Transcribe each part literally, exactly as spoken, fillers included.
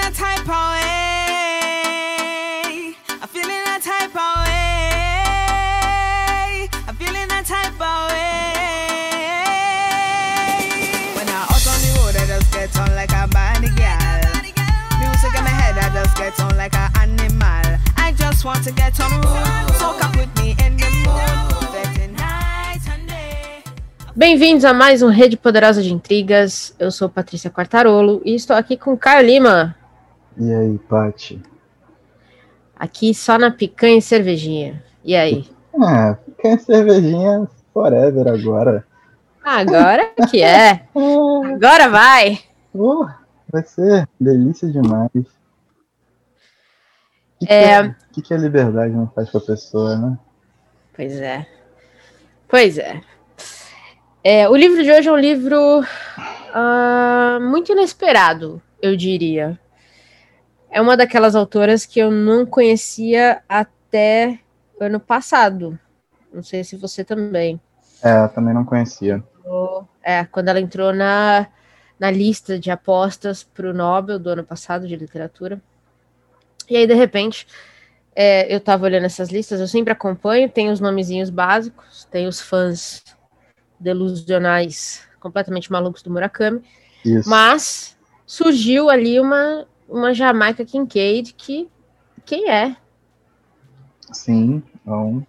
a type of way. I'm feeling a type of way. I'm feeling a type of way. When I'm out on the road, I just get on like a body girl. Music in my head, I just get on like an animal. I just want to get on the road, soak up with me in the mood. Betting night and day. Bem-vindos a mais um Rede Poderosa de Intrigas. Eu sou Patrícia Quartarolo e estou aqui com Caio Lima. E aí, Paty? Aqui só na picanha e cervejinha. E aí? Ah, picanha e cervejinha forever agora. Agora que é. Agora vai. Uh, vai ser delícia demais. O que, É... que, que, que a liberdade não faz pra pessoa, né? Pois é. Pois é. É, o livro de hoje é um livro uh, muito inesperado, eu diria. É uma daquelas autoras que eu não conhecia até ano passado. Não sei se você também. É, eu também não conhecia. É, quando ela entrou na, na lista de apostas para o Nobel do ano passado de literatura. E aí, de repente, é, eu estava olhando essas listas, eu sempre acompanho, tem os nomezinhos básicos, tem os fãs delusionais completamente malucos do Murakami. Isso. Mas surgiu ali uma, uma Jamaica Kincaid que quem é? Sim, então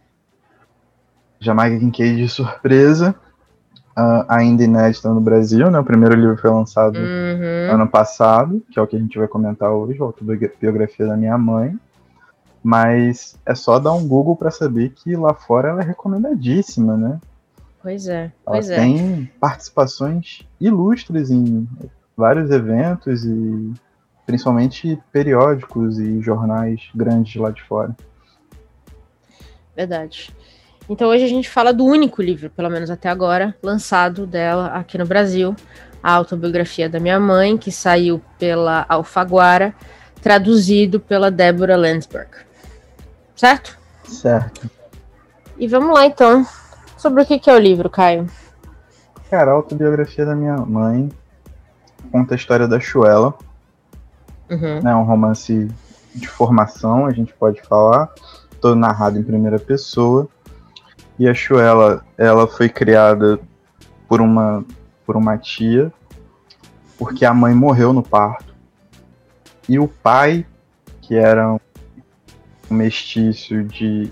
Jamaica Kincaid de surpresa, uh, ainda inédita no Brasil, né? O primeiro livro foi lançado Uhum. ano passado, que é o que a gente vai comentar hoje, a autobiografia da minha mãe. Mas é só dar um Google para saber que lá fora ela é recomendadíssima, né? Pois é, Ela pois é. tem participações ilustres em vários eventos e principalmente periódicos e jornais grandes lá de fora. Verdade. Então hoje a gente fala do único livro, pelo menos até agora, lançado dela aqui no Brasil, a autobiografia da minha mãe, que saiu pela Alfaguara, traduzido pela Deborah Landsberg. Certo? Certo. E vamos lá então. Sobre o que que é o livro, Caio? Cara, a autobiografia da minha mãe conta a história da Shuela. Uhum. É um romance de formação, a gente pode falar, todo narrado em primeira pessoa. E a Shuela, ela foi criada por uma, por uma tia, porque a mãe morreu no parto. E o pai, que era um mestiço de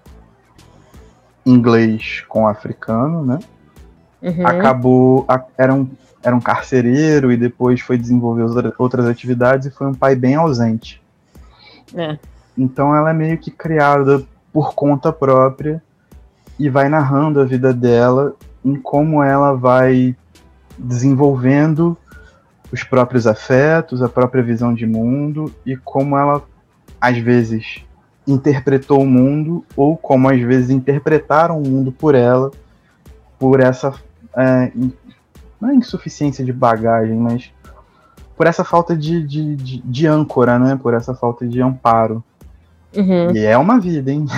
inglês com africano, né? Uhum. Acabou, era um, era um carcereiro e depois foi desenvolver outras atividades e foi um pai bem ausente. É. Então ela é meio que criada por conta própria e vai narrando a vida dela em como ela vai desenvolvendo os próprios afetos, a própria visão de mundo e como ela, às vezes, interpretou o mundo ou como, às vezes, interpretaram o mundo por ela, por essa, é, não é insuficiência de bagagem, mas por essa falta de, de, de, de âncora, né? Por essa falta de amparo. Uhum. E é uma vida, hein?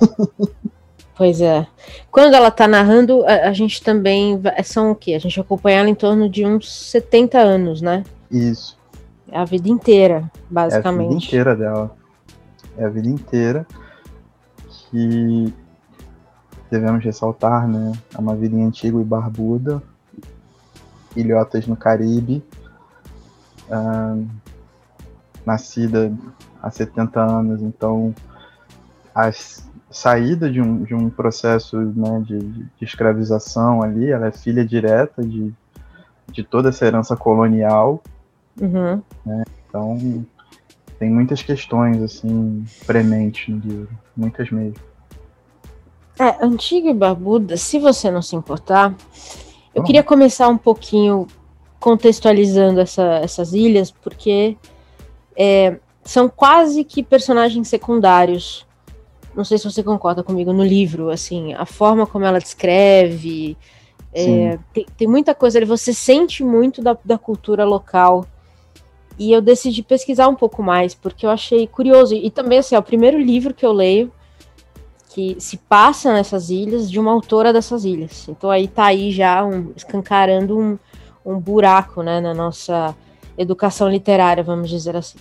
Pois é. Quando ela tá narrando, a, a gente também... São o quê? A gente acompanha ela em torno de uns setenta anos, né? Isso. É a vida inteira, basicamente. É a vida inteira dela. É a vida inteira que devemos ressaltar, né? É uma vida antiga e barbuda, ilhotas no Caribe, uh, nascida há setenta anos, então a saída de um, de um processo, né, de, de escravização ali, ela é filha direta de, de toda essa herança colonial, Uhum. né? Então tem muitas questões, assim, prementes no livro. Muitas mesmo. É, Antiga e Barbuda, se você não se importar, eu Uhum. queria começar um pouquinho contextualizando essa, essas ilhas, porque é, são quase que personagens secundários. Não sei se você concorda comigo no livro, assim, a forma como ela descreve, é, tem, tem muita coisa ali, você sente muito da, da cultura local. E eu decidi pesquisar um pouco mais, porque eu achei curioso. E também, assim, é o primeiro livro que eu leio que se passa nessas ilhas, de uma autora dessas ilhas. Então aí tá aí já um, escancarando um, um buraco, né, na nossa educação literária, vamos dizer assim.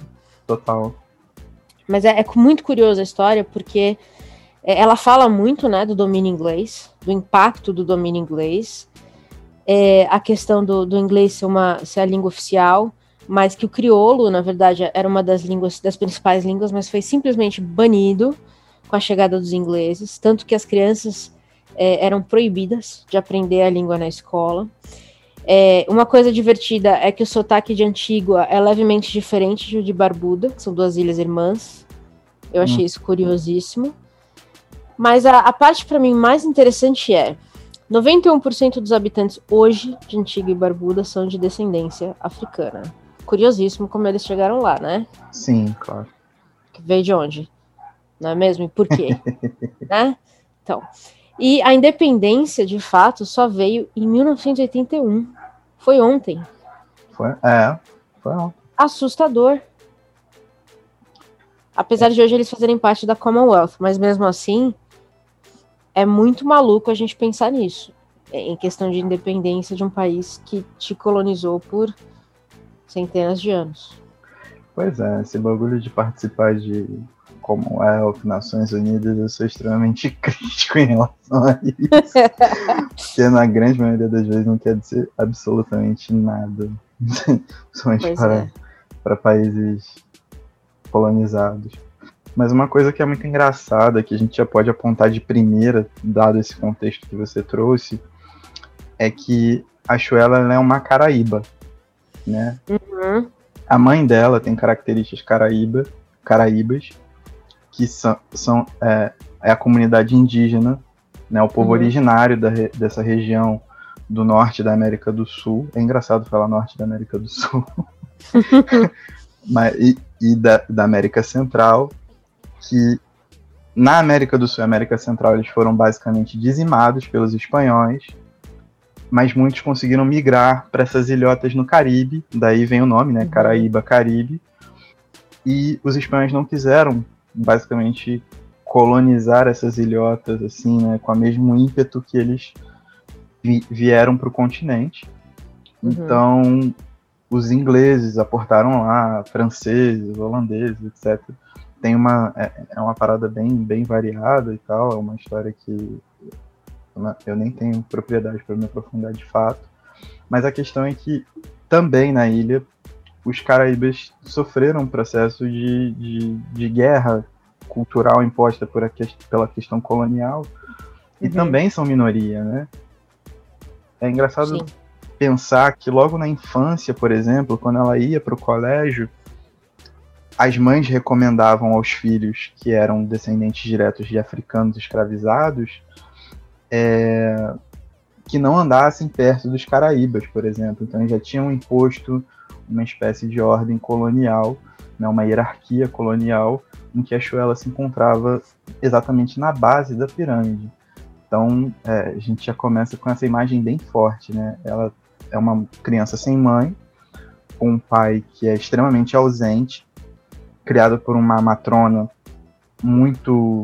total. Mas é, é muito curiosa a história, porque ela fala muito, né, do domínio inglês, do impacto do domínio inglês, é, a questão do, do inglês ser, uma, ser a língua oficial, mas que o crioulo, na verdade, era uma das línguas, das principais línguas, mas foi simplesmente banido com a chegada dos ingleses, tanto que as crianças é, eram proibidas de aprender a língua na escola. É, uma coisa divertida é que o sotaque de Antígua é levemente diferente do de Barbuda, que são duas ilhas irmãs. Eu achei hum. isso curiosíssimo. Mas a, a parte para mim mais interessante é noventa e um por cento dos habitantes hoje de Antígua e Barbuda são de descendência africana. Curiosíssimo como eles chegaram lá, né? Sim, claro. Veio de onde? Não é mesmo? E por quê? Né? Então, e a independência, de fato, só veio em mil novecentos e oitenta e um. Foi ontem. Foi, é, foi ontem. Assustador. Apesar é. de hoje eles fazerem parte da Commonwealth, mas mesmo assim, é muito maluco a gente pensar nisso, em questão de independência de um país que te colonizou por centenas de anos. Pois é, esse bagulho de participar de Commonwealth, Nações Unidas, eu sou extremamente crítico em relação a isso. Porque na grande maioria das vezes não quer dizer absolutamente nada. Somente para, é. para países colonizados. Mas uma coisa que é muito engraçada, que a gente já pode apontar de primeira, dado esse contexto que você trouxe, é que a Xuela é uma caraíba, né? Uhum. A mãe dela tem características caraíba, caraíbas, que são, são é, é a comunidade indígena, né, o povo uhum. originário da, dessa região do norte da América do Sul. É engraçado falar norte da América do Sul. Mas, e e da, da América Central, que na América do Sul e América Central eles foram basicamente dizimados pelos espanhóis, mas muitos conseguiram migrar para essas ilhotas no Caribe, daí vem o nome, né, Caraíba, Caribe, e os espanhóis não quiseram basicamente colonizar essas ilhotas assim, né, com o mesmo ímpeto que eles vi- vieram para o continente. Uhum. Então os ingleses aportaram lá, franceses, holandeses, etcétera. Tem uma, é, é uma parada bem, bem variada e tal, é uma história que eu nem tenho propriedade para me aprofundar de fato, mas a questão é que também na ilha os caraíbas sofreram um processo de, de, de guerra cultural imposta por a que, pela questão colonial, e uhum. também são minoria, né? É engraçado Sim. pensar que logo na infância, por exemplo, quando ela ia para o colégio, as mães recomendavam aos filhos que eram descendentes diretos de africanos escravizados é, que não andassem perto dos caraíbas, por exemplo. Então já tinham imposto uma espécie de ordem colonial, né, uma hierarquia colonial, em que a Xuela se encontrava exatamente na base da pirâmide. Então é, a gente já começa com essa imagem bem forte, né? Ela é uma criança sem mãe, com um pai que é extremamente ausente, criado por uma matrona muito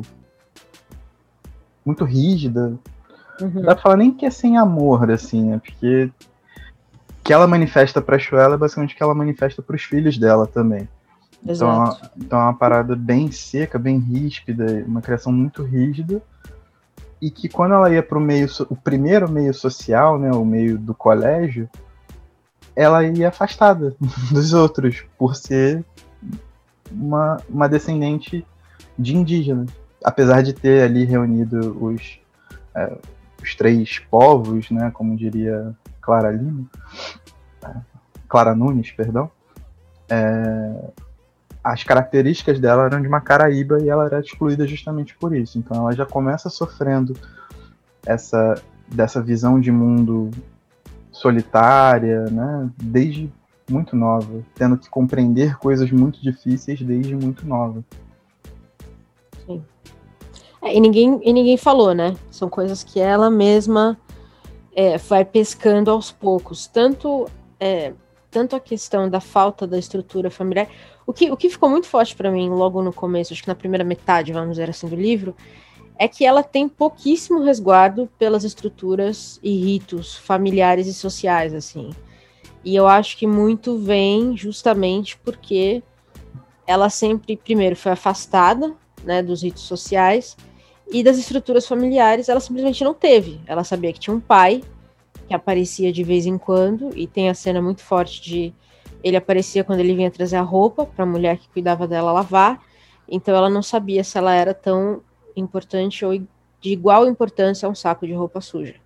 muito rígida. Uhum. Não dá pra falar nem que é sem amor, assim, né? Porque o que ela manifesta pra Xuela é basicamente o que ela manifesta pros filhos dela também. Então, então é uma parada bem seca, bem ríspida, uma criação muito rígida, e que quando ela ia pro meio, o primeiro meio social, né, o meio do colégio, ela ia afastada dos outros, por ser uma, uma descendente de indígenas. Apesar de ter ali reunido os, é, os três povos, né, como diria Clara Lima, é, Clara Nunes, perdão, é, as características dela eram de uma caraíba e ela era excluída justamente por isso. Então ela já começa sofrendo essa, dessa visão de mundo solitária, né, desde muito nova, tendo que compreender coisas muito difíceis desde muito nova. Sim. É, e, ninguém, e ninguém falou, né? São coisas que ela mesma é, vai pescando aos poucos. Tanto, é, tanto a questão da falta da estrutura familiar. O que, o que ficou muito forte para mim logo no começo, acho que na primeira metade, vamos dizer assim, do livro, é que ela tem pouquíssimo resguardo pelas estruturas e ritos familiares e sociais, assim. E eu acho que muito vem justamente porque ela sempre, primeiro, foi afastada, né, dos ritos sociais e das estruturas familiares, ela simplesmente não teve. Ela sabia que tinha um pai que aparecia de vez em quando, e tem a cena muito forte de ele aparecia quando ele vinha trazer a roupa para a mulher que cuidava dela lavar, então ela não sabia se ela era tão importante ou de igual importância a um saco de roupa suja.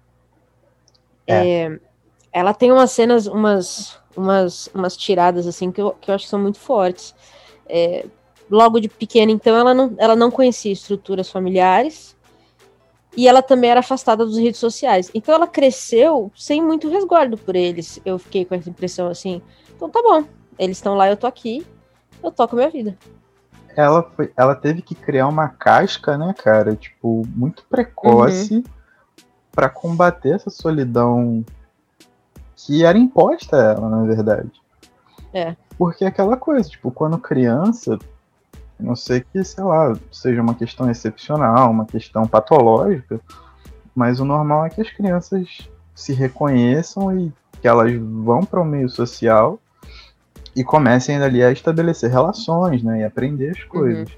É. É, ela tem umas cenas, umas, umas, umas tiradas assim que eu, que eu acho que são muito fortes. É, logo de pequena, então, ela não, ela não conhecia estruturas familiares e ela também era afastada dos redes sociais. Então ela cresceu sem muito resguardo por eles. Eu fiquei com essa impressão assim, então tá bom, eles estão lá, eu tô aqui, eu toco a minha vida. Ela, foi, ela teve que criar uma casca, né, cara, tipo, muito precoce uhum. para combater essa solidão que era imposta a ela, na verdade. É. Porque é aquela coisa, tipo, quando criança, a não sei que, sei lá, seja uma questão excepcional, uma questão patológica, mas o normal é que as crianças se reconheçam e que elas vão para o meio social e comecem ali a estabelecer relações, né, e aprender as coisas. Uhum.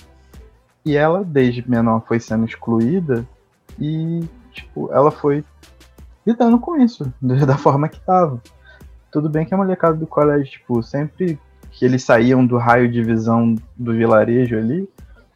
E ela, desde menor, foi sendo excluída e, tipo, ela foi lidando com isso, da forma que estava. Tudo bem que a molecada do colégio, tipo, sempre que eles saíam do raio de visão do vilarejo ali,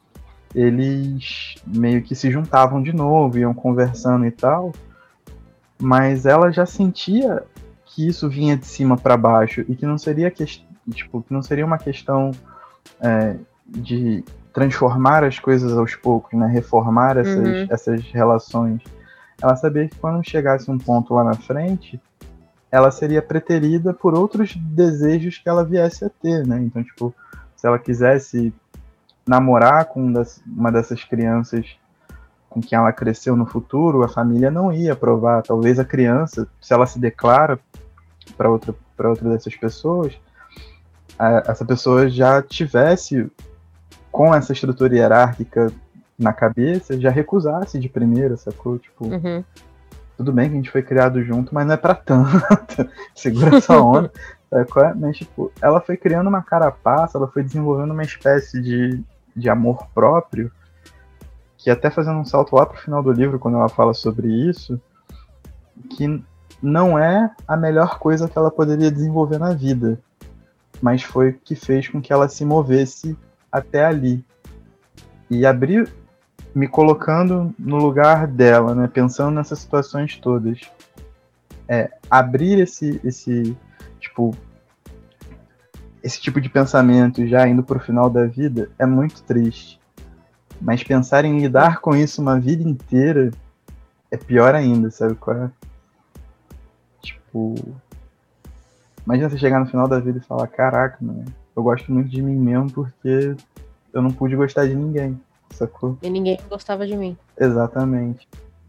eles meio que se juntavam de novo, iam conversando e tal, mas ela já sentia que isso vinha de cima para baixo e que não seria, que, tipo, que não seria uma questão é, de transformar as coisas aos poucos, né, reformar essas, uhum. essas relações. Ela sabia que quando chegasse um ponto lá na frente, ela seria preterida por outros desejos que ela viesse a ter, né? Então, tipo, se ela quisesse namorar com uma dessas crianças com quem ela cresceu no futuro, a família não ia aprovar. Talvez a criança, se ela se declara para outra, para outra dessas pessoas, a, essa pessoa já tivesse, com essa estrutura hierárquica na cabeça, já recusasse de primeira, sacou? Tipo... Uhum. Tudo bem que a gente foi criado junto, mas não é pra tanto. Segura essa onda. Mas, tipo, ela foi criando uma carapaça, ela foi desenvolvendo uma espécie de, de amor próprio, que até fazendo um salto lá pro final do livro, quando ela fala sobre isso, que não é a melhor coisa que ela poderia desenvolver na vida, mas foi o que fez com que ela se movesse até ali. E abrir... me colocando no lugar dela, né, pensando nessas situações todas, é, abrir esse, esse, tipo, esse tipo de pensamento já indo pro final da vida é muito triste, mas pensar em lidar com isso uma vida inteira é pior ainda, sabe qual é? Tipo, imagina você chegar no final da vida e falar, caraca, mano, eu gosto muito de mim mesmo porque eu não pude gostar de ninguém. Sacou? E ninguém gostava de mim. Exatamente.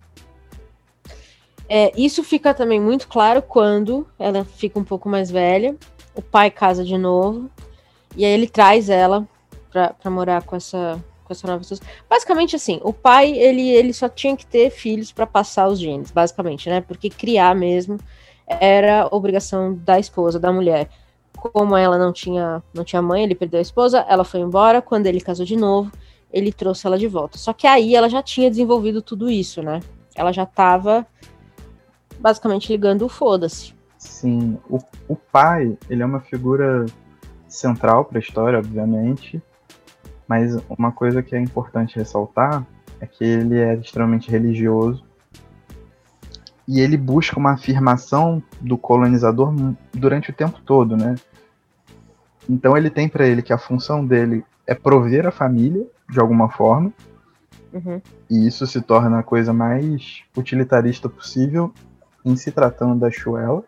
É, isso fica também muito claro quando ela fica um pouco mais velha, o pai casa de novo, e aí ele traz ela pra, pra morar com essa, com essa nova pessoa. Basicamente assim, o pai, ele, ele só tinha que ter filhos pra passar os genes, basicamente, né? Porque criar mesmo era obrigação da esposa, da mulher. Como ela não tinha, não tinha mãe, ele perdeu a esposa, ela foi embora, quando ele casou de novo, ele trouxe ela de volta. Só que aí ela já tinha desenvolvido tudo isso, né? Ela já tava basicamente ligando o foda-se. Sim, o, o pai, ele é uma figura central para a história, obviamente, mas uma coisa que é importante ressaltar é que ele é extremamente religioso e ele busca uma afirmação do colonizador durante o tempo todo, né? Então ele tem para ele que a função dele é prover a família, de alguma forma, uhum. e isso se torna a coisa mais utilitarista possível em se tratando da Shuela,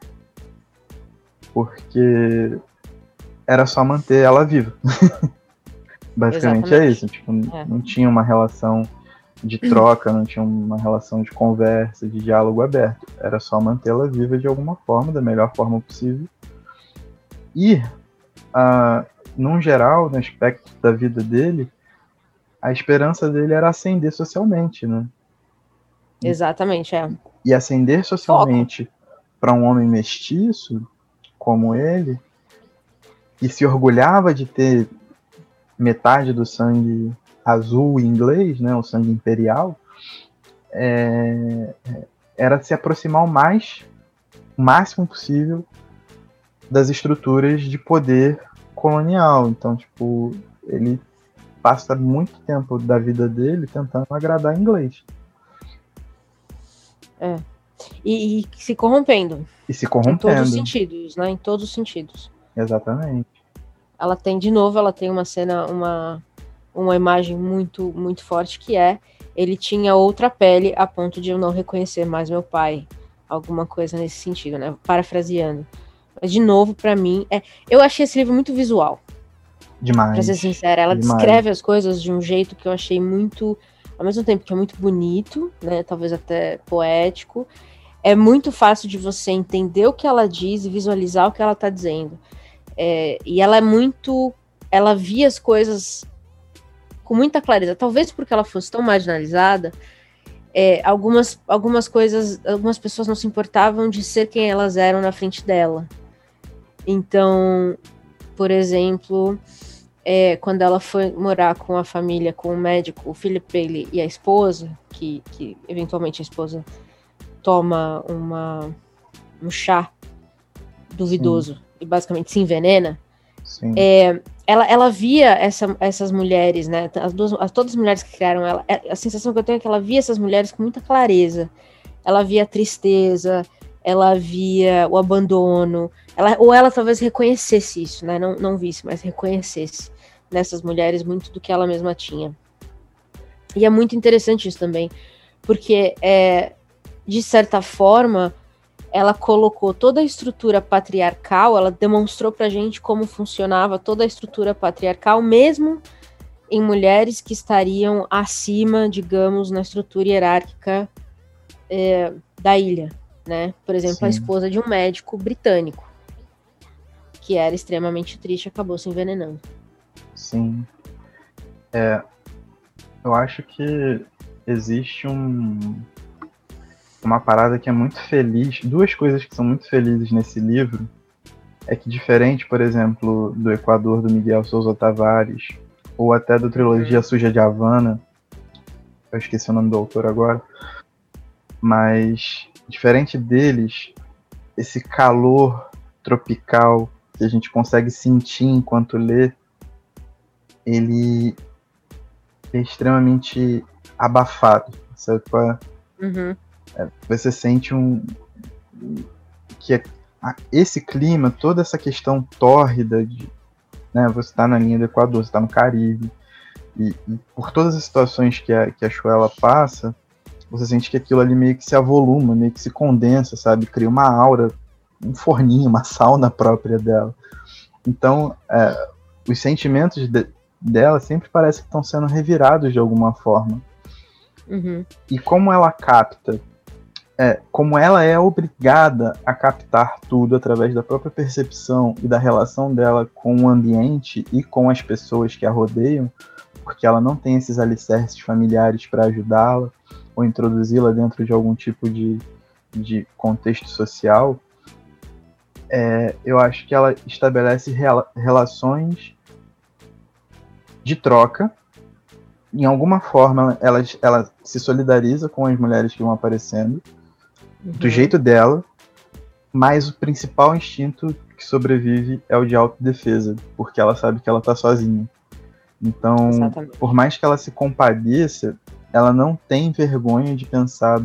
porque era só manter ela viva. Basicamente Exatamente. É isso, tipo, é. Não tinha uma relação de troca, não tinha uma relação de conversa, de diálogo aberto, era só mantê-la viva de alguma forma, da melhor forma possível. E, uh, num geral, no aspecto da vida dele, a esperança dele era ascender socialmente, né? Exatamente, é. E ascender socialmente para um homem mestiço, como ele, que se orgulhava de ter metade do sangue azul inglês, né, o sangue imperial, é, era se aproximar o mais, o máximo possível das estruturas de poder colonial. Então, tipo, ele passa muito tempo da vida dele tentando agradar inglês. É. E, e se corrompendo. E se corrompendo. Em todos os sentidos, né? Em todos os sentidos. Exatamente. Ela tem, de novo, ela tem uma cena, uma, uma imagem muito, muito forte, que é: ele tinha outra pele a ponto de eu não reconhecer mais meu pai. Alguma coisa nesse sentido, né? Parafraseando. Mas, de novo, pra mim, é... eu achei esse livro muito visual. Demais. Pra ser sincera, ela demais. descreve as coisas de um jeito que eu achei muito, ao mesmo tempo que é muito bonito, né? Talvez até poético. É muito fácil de você entender o que ela diz e visualizar o que ela tá dizendo. É, e ela é muito... Ela via as coisas com muita clareza. Talvez porque ela fosse tão marginalizada, é, algumas, algumas coisas... Algumas pessoas não se importavam de ser quem elas eram na frente dela. Então, por exemplo, é, quando ela foi morar com a família, com o médico, o Philip Bailey e a esposa, que, que eventualmente a esposa toma uma, um chá duvidoso, sim, e basicamente se envenena, é, ela, ela via essa, essas mulheres, né, as duas, as, todas as mulheres que criaram ela, a sensação que eu tenho é que ela via essas mulheres com muita clareza. Ela via a tristeza, ela via o abandono, ela, ou ela talvez reconhecesse isso, né, não, não visse, mas reconhecesse nessas mulheres muito do que ela mesma tinha. E é muito interessante isso também, porque, é, de certa forma, ela colocou toda a estrutura patriarcal, ela demonstrou pra gente como funcionava toda a estrutura patriarcal, mesmo em mulheres que estariam acima, digamos, na estrutura hierárquica é, da ilha, né? Por exemplo, sim, a esposa de um médico britânico, que era extremamente triste, acabou se envenenando. Sim. É, eu acho que existe um... uma parada que é muito feliz, duas coisas que são muito felizes nesse livro, é que, diferente, por exemplo, do Equador, do Miguel Sousa Tavares, ou até da trilogia Suja de Havana, eu esqueci o nome do autor agora, mas, diferente deles, esse calor tropical que a gente consegue sentir enquanto lê, ele é extremamente abafado, sabe qual é? Uhum. Você sente um que é, esse clima, toda essa questão tórrida de, né, você está na linha do Equador, você está no Caribe, e, e por todas as situações que a, que a Shuela passa, você sente que aquilo ali meio que se avoluma, meio que se condensa, sabe? Cria uma aura, um forninho, uma sauna própria dela. Então, é, os sentimentos de, dela sempre parece que estão sendo revirados de alguma forma. Uhum. E como ela capta, é, como ela é obrigada a captar tudo através da própria percepção e da relação dela com o ambiente e com as pessoas que a rodeiam, porque ela não tem esses alicerces familiares para ajudá-la ou introduzi-la dentro de algum tipo de, de contexto social, é, eu acho que ela estabelece rela- relações de troca. Em alguma forma, ela, ela, ela se solidariza com as mulheres que vão aparecendo, uhum, do jeito dela, mas o principal instinto que sobrevive é o de autodefesa, porque ela sabe que ela tá sozinha. Então, exatamente, por mais que ela se compadeça, ela não tem vergonha de pensar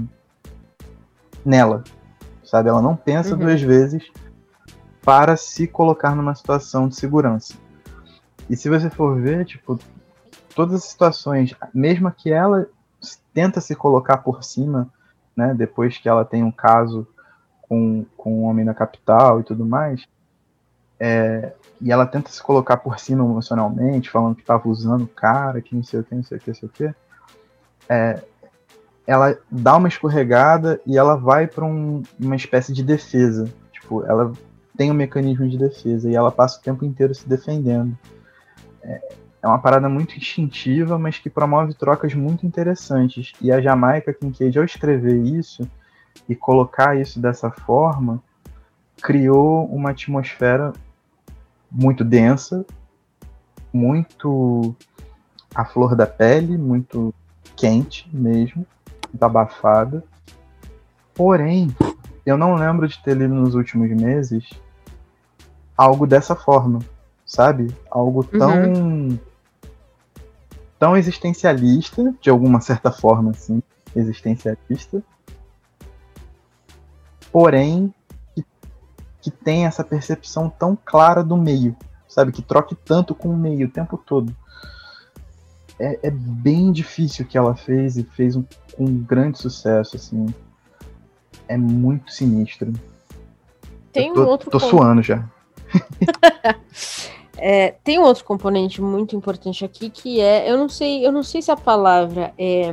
nela, sabe? Ela não pensa, uhum, duas vezes para se colocar numa situação de segurança. E se você for ver, tipo, todas as situações, mesmo que ela tenta se colocar por cima, né, depois que ela tem um caso com, com um homem na capital e tudo mais, é, e ela tenta se colocar por cima emocionalmente, falando que estava usando o cara, que não sei o que, não sei o que, não sei o que, é, ela dá uma escorregada e ela vai para um, uma espécie de defesa. Tipo, ela tem um mecanismo de defesa e ela passa o tempo inteiro se defendendo. É, É uma parada muito instintiva, mas que promove trocas muito interessantes. E a Jamaica Kincaid, ao escrever isso e colocar isso dessa forma, criou uma atmosfera muito densa, muito à flor da pele, muito quente mesmo, muito abafada. Porém, eu não lembro de ter lido nos últimos meses algo dessa forma, sabe? Algo tão, uhum. tão existencialista, de alguma certa forma, assim, existencialista, porém que, que tem essa percepção tão clara do meio, sabe? Que troque tanto com o meio o tempo todo. É, é bem difícil o que ela fez e fez um, com um grande sucesso, assim. É muito sinistro. Tem eu tô, um outro tô ponto. suando já. É, tem um outro componente muito importante aqui que é, eu não sei, eu não sei se a palavra é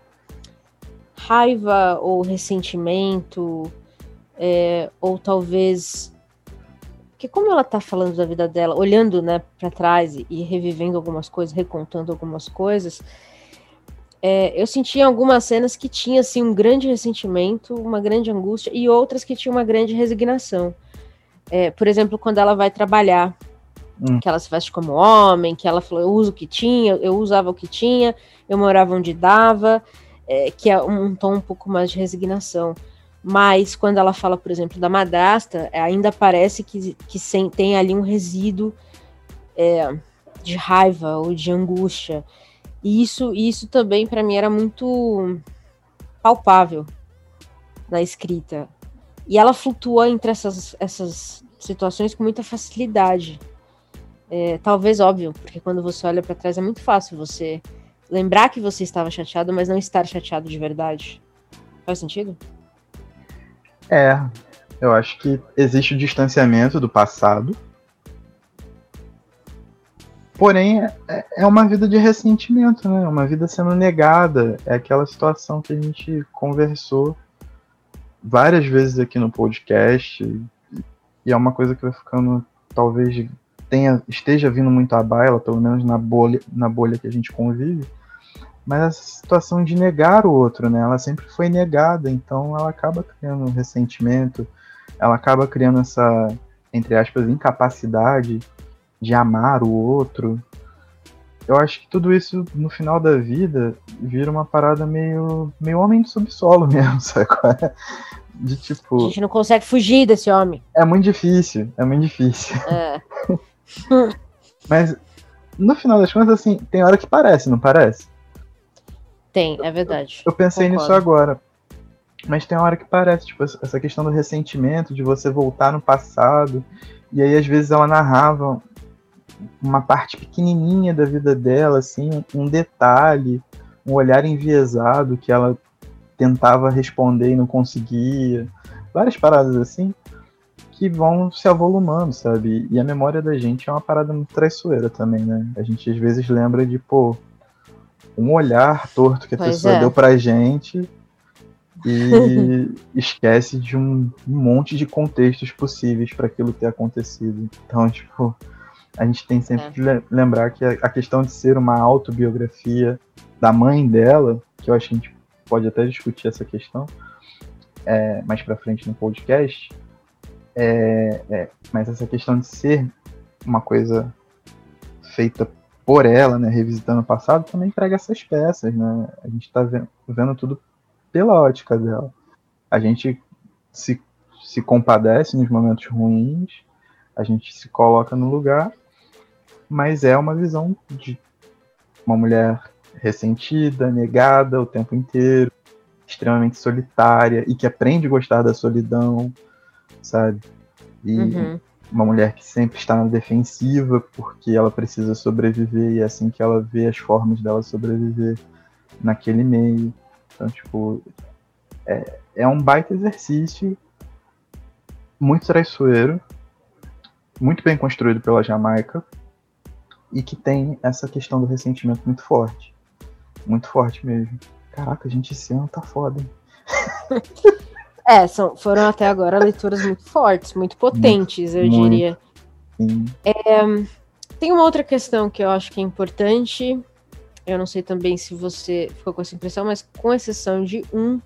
raiva ou ressentimento, é, ou talvez, porque como ela tá falando da vida dela, olhando, né, para trás e, e revivendo algumas coisas, recontando algumas coisas, é, eu senti em algumas cenas que tinha assim um grande ressentimento, uma grande angústia, e outras que tinha uma grande resignação. É, por exemplo, quando ela vai trabalhar, hum. que ela se veste como homem, que ela falou, eu uso o que tinha, eu usava o que tinha, eu morava onde dava, é, que é um tom um pouco mais de resignação. Mas quando ela fala, por exemplo, da madrasta, ainda parece que, que sem, tem ali um resíduo é, de raiva ou de angústia. E isso, isso também, para mim, era muito palpável na escrita. E ela flutua entre essas, essas situações com muita facilidade. É, talvez óbvio, porque quando você olha para trás é muito fácil você lembrar que você estava chateado, mas não estar chateado de verdade. Faz sentido? É, eu acho que existe o distanciamento do passado. Porém, é, é uma vida de ressentimento, né? Uma vida sendo negada. É aquela situação que a gente conversou várias vezes aqui no podcast, e é uma coisa que vai ficando, talvez tenha, esteja vindo muito à baila, pelo menos na bolha, na bolha que a gente convive, mas essa situação de negar o outro, né? Ela sempre foi negada, então ela acaba criando um ressentimento, ela acaba criando essa, entre aspas, incapacidade de amar o outro. Eu acho que tudo isso, no final da vida, vira uma parada meio, meio homem do subsolo mesmo, sabe? De tipo... A gente não consegue fugir desse homem. É muito difícil, é muito difícil. É. Mas, no final das contas, assim, tem hora que parece, não parece? Tem, é verdade. Eu, eu pensei Concordo. nisso agora. Mas tem hora que parece, tipo, essa questão do ressentimento, de você voltar no passado, e aí, às vezes, ela narrava uma parte pequenininha da vida dela, assim, um detalhe, um olhar enviesado que ela tentava responder e não conseguia, várias paradas assim que vão se avolumando, sabe? E a memória da gente é uma parada muito traiçoeira também, né? A gente às vezes lembra de, pô, um olhar torto que a pois pessoa é. deu pra gente e esquece de um monte de contextos possíveis para aquilo ter acontecido. Então, tipo, a gente tem sempre é. que lembrar que a questão de ser uma autobiografia da mãe dela, que eu acho que a gente pode até discutir essa questão é, mais pra frente no podcast, é, é, mas essa questão de ser uma coisa feita por ela, né, revisitando o passado, também prega essas peças, né? A gente tá vendo, vendo tudo pela ótica dela. A gente se, se compadece nos momentos ruins, a gente se coloca no lugar, mas é uma visão de uma mulher ressentida, negada o tempo inteiro, extremamente solitária e que aprende a gostar da solidão, sabe? E uhum. uma mulher que sempre está na defensiva porque ela precisa sobreviver e é assim que ela vê as formas dela sobreviver naquele meio. Então, tipo, é, é um baita exercício muito traiçoeiro, muito bem construído pela Jamaica e que tem essa questão do ressentimento muito forte. Muito forte mesmo. Caraca, gente, esse ano tá foda, hein? É, são, foram até agora leituras muito fortes, muito potentes, muito, eu muito, diria. É, tem uma outra questão que eu acho que é importante. Eu não sei também se você ficou com essa impressão, mas com exceção de um,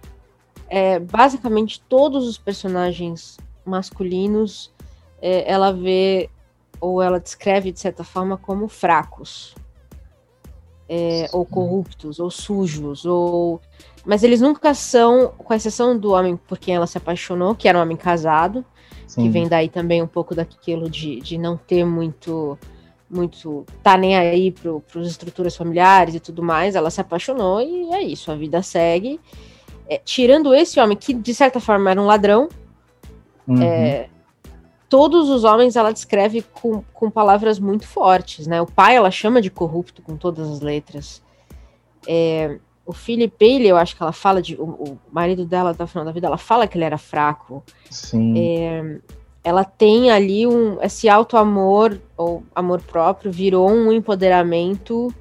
é, basicamente todos os personagens masculinos, é, ela vê ou ela descreve, de certa forma, como fracos, é, ou corruptos, ou sujos, ou... mas eles nunca são, com exceção do homem por quem ela se apaixonou, que era um homem casado, Sim. que vem daí também um pouco daquilo de, de não ter muito, muito, tá nem aí para as estruturas familiares e tudo mais, ela se apaixonou e é isso, a vida segue. É, tirando esse homem, que de certa forma era um ladrão, uhum. é, todos os homens ela descreve com, com palavras muito fortes, né? O pai ela chama de corrupto com todas as letras. É, o Philip Bailey, eu acho que ela fala de... O, o marido dela, até o final da vida, ela fala que ele era fraco. Sim. É, ela tem ali um, esse auto-amor, ou amor próprio, virou um empoderamento...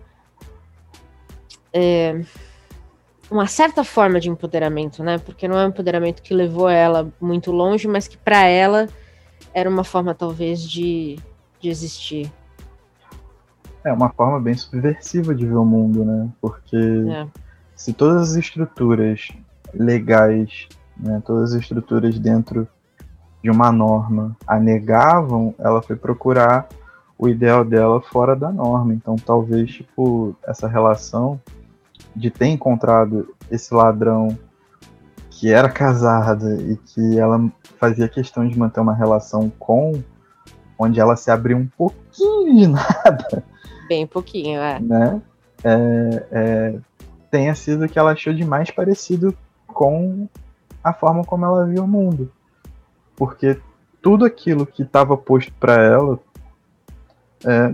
É, uma certa forma de empoderamento, né? Porque não é um empoderamento que levou ela muito longe, mas que para ela era uma forma, talvez, de, de existir. É uma forma bem subversiva de ver o mundo, né? Porque é. se todas as estruturas legais, né, todas as estruturas dentro de uma norma a negavam, ela foi procurar o ideal dela fora da norma. Então, talvez, tipo, essa relação de ter encontrado esse ladrão que era casado e que ela fazia questão de manter uma relação com, onde ela se abriu um pouquinho de nada. Bem pouquinho, é. Né? É, é, tenha sido o que ela achou de mais parecido com a forma como ela viu o mundo. Porque tudo aquilo que estava posto para ela, é,